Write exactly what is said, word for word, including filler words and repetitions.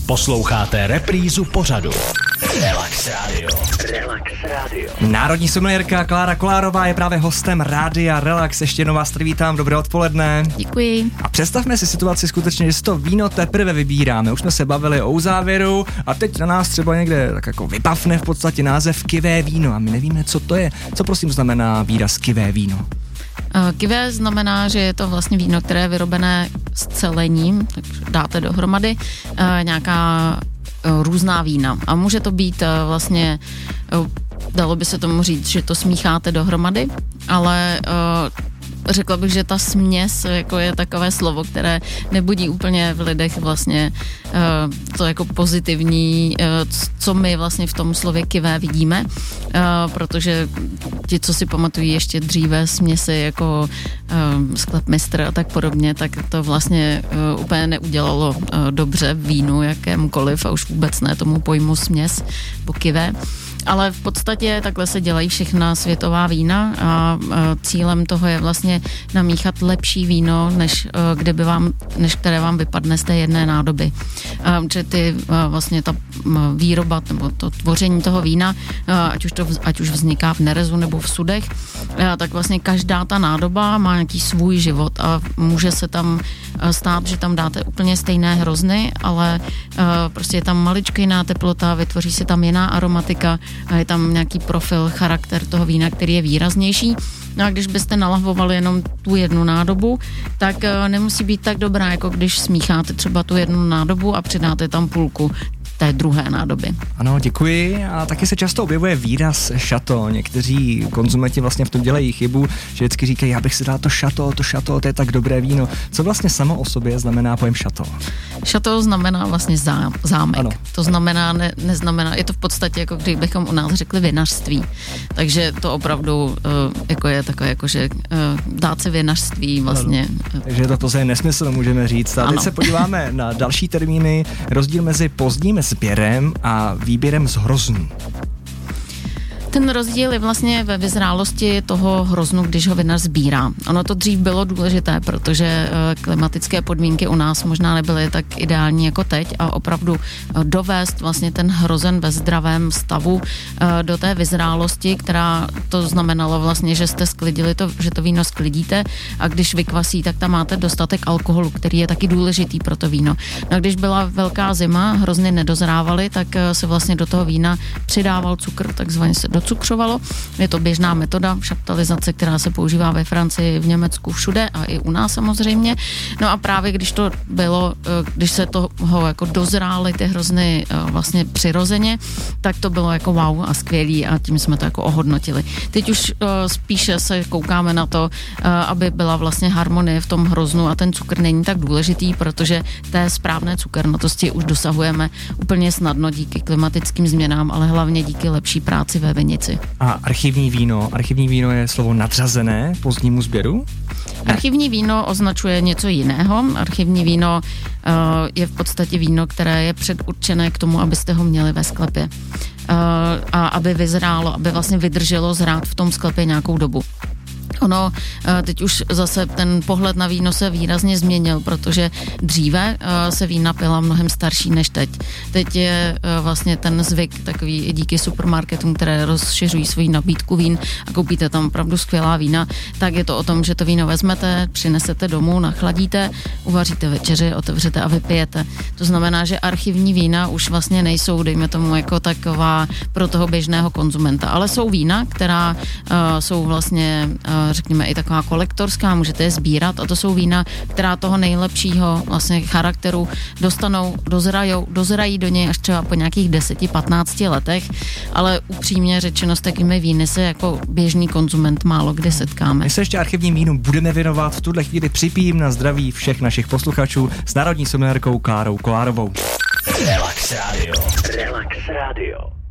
Posloucháte reprízu pořadu Relax Radio. Relax Radio. Národní sommeliérka Klára Kolárová je právě hostem Rádia Relax. Ještě jednou vás tady vítám, dobré odpoledne. Děkuji. A představme si situaci skutečně, že si to víno teprve vybíráme. Už jsme se bavili o uzávěru a teď na nás třeba někde tak jako vypafne v podstatě název kyvé víno a my nevíme, co to je. Co prosím znamená výraz kyvé víno? Kyvé znamená, že je to vlastně víno, které je vyrobené s celením, takže dáte dohromady nějaká různá vína. A může to být vlastně, dalo by se tomu říct, že to smícháte dohromady, ale řekla bych, že ta směs jako je takové slovo, které nebudí úplně v lidech vlastně to jako pozitivní, co my vlastně v tom slově kyvé vidíme, protože ti, co si pamatují ještě dříve směsi jako sklepmistr a tak podobně, tak to vlastně úplně neudělalo dobře vínu jakémukoliv a už vůbec ne tomu pojmu směs po kyvé. Ale v podstatě takhle se dělají všechna světová vína a cílem toho je vlastně namíchat lepší víno, než, kde by vám, než které vám vypadne z té jedné nádoby. Protože ty vlastně ta výroba nebo to tvoření toho vína, ať už, to, ať už vzniká v nerezu nebo v sudech, tak vlastně každá ta nádoba má nějaký svůj život a může se tam stát, že tam dáte úplně stejné hrozny, ale prostě je tam maličko jiná teplota, vytvoří se tam jiná aromatika, a je tam nějaký profil, charakter toho vína, který je výraznější. No a když byste nalahvovali jenom tu jednu nádobu, tak nemusí být tak dobrá, jako když smícháte třeba tu jednu nádobu a přidáte tam půlku té druhé nádoby. Ano, děkuji. A taky se často objevuje výraz šato. Někteří konzumenti vlastně v tom dělají chybu, že vždycky říkají, já bych si dal to šato, to šato, to je tak dobré víno. Co vlastně samo o sobě znamená pojem šato? Šato znamená vlastně zá, zámek. Ano. To znamená, ne, neznamená, je to v podstatě jako kdybychom u nás řekli vinařství. Takže to opravdu uh, jako je takové, jako že uh, dát se vinařství vlastně. Ano. Takže to to je nesmysl, můžeme říct. A teď se podíváme na další termíny. Rozdíl mezi pozdním sběrem a výběrem z hroznů. Ten rozdíl je vlastně ve vyzrálosti toho hroznu, když ho vinař sbírá. Ono to dřív bylo důležité, protože klimatické podmínky u nás možná nebyly tak ideální jako teď a opravdu dovést vlastně ten hrozen ve zdravém stavu do té vyzrálosti, která to znamenalo vlastně, že jste sklidili to, že to víno sklidíte a když vykvasí, tak tam máte dostatek alkoholu, který je taky důležitý pro to víno. No a když byla velká zima, hrozny nedozrávaly, tak se vlastně do toho vína přidával cukr, takzvaně se docukřovalo. Je to běžná metoda šaptalizace, která se používá ve Francii, v Německu, všude a i u nás samozřejmě. No a právě když to bylo, když se toho jako dozrály ty hrozny vlastně přirozeně, tak to bylo jako wow a skvělý a tím jsme to jako ohodnotili. Teď už spíše se koukáme na to, aby byla vlastně harmonie v tom hroznu a ten cukr není tak důležitý, protože té správné cukernotosti už dosahujeme úplně snadno díky klimatickým změnám, ale hlavně díky lepší práci ve vinici. A archivní víno. Archivní víno je slovo nadřazené pozdnímu sběru? Archivní víno označuje něco jiného. Archivní víno uh, je v podstatě víno, které je předurčené k tomu, abyste ho měli ve sklepě. Uh, a aby vyzrálo, aby vlastně vydrželo zrát v tom sklepě nějakou dobu. Ono, teď už zase ten pohled na víno se výrazně změnil, protože dříve se vína pila mnohem starší než teď. Teď je vlastně ten zvyk takový i díky supermarketům, které rozšiřují svoji nabídku vín a koupíte tam opravdu skvělá vína, tak je to o tom, že to víno vezmete, přinesete domů, nachladíte, uvaříte večeři, otevřete a vypijete. To znamená, že archivní vína už vlastně nejsou, dejme tomu, jako taková pro toho běžného konzumenta, ale jsou vína, která uh, jsou vlastně uh, řekněme i taková kolektorská, můžete je sbírat a to jsou vína, která toho nejlepšího vlastně charakteru dostanou, dozrajou, dozrají do něj až třeba po nějakých deseti patnácti letech, ale upřímně řečeno s takovými víny se jako běžný konzument málo kdy setkáme. My se ještě archivním vínům budeme věnovat, v tuhle chvíli připijím na zdraví všech našich posluchačů s národní sommeliérkou Klárou Kolárovou. Relax Radio. Relax Radio.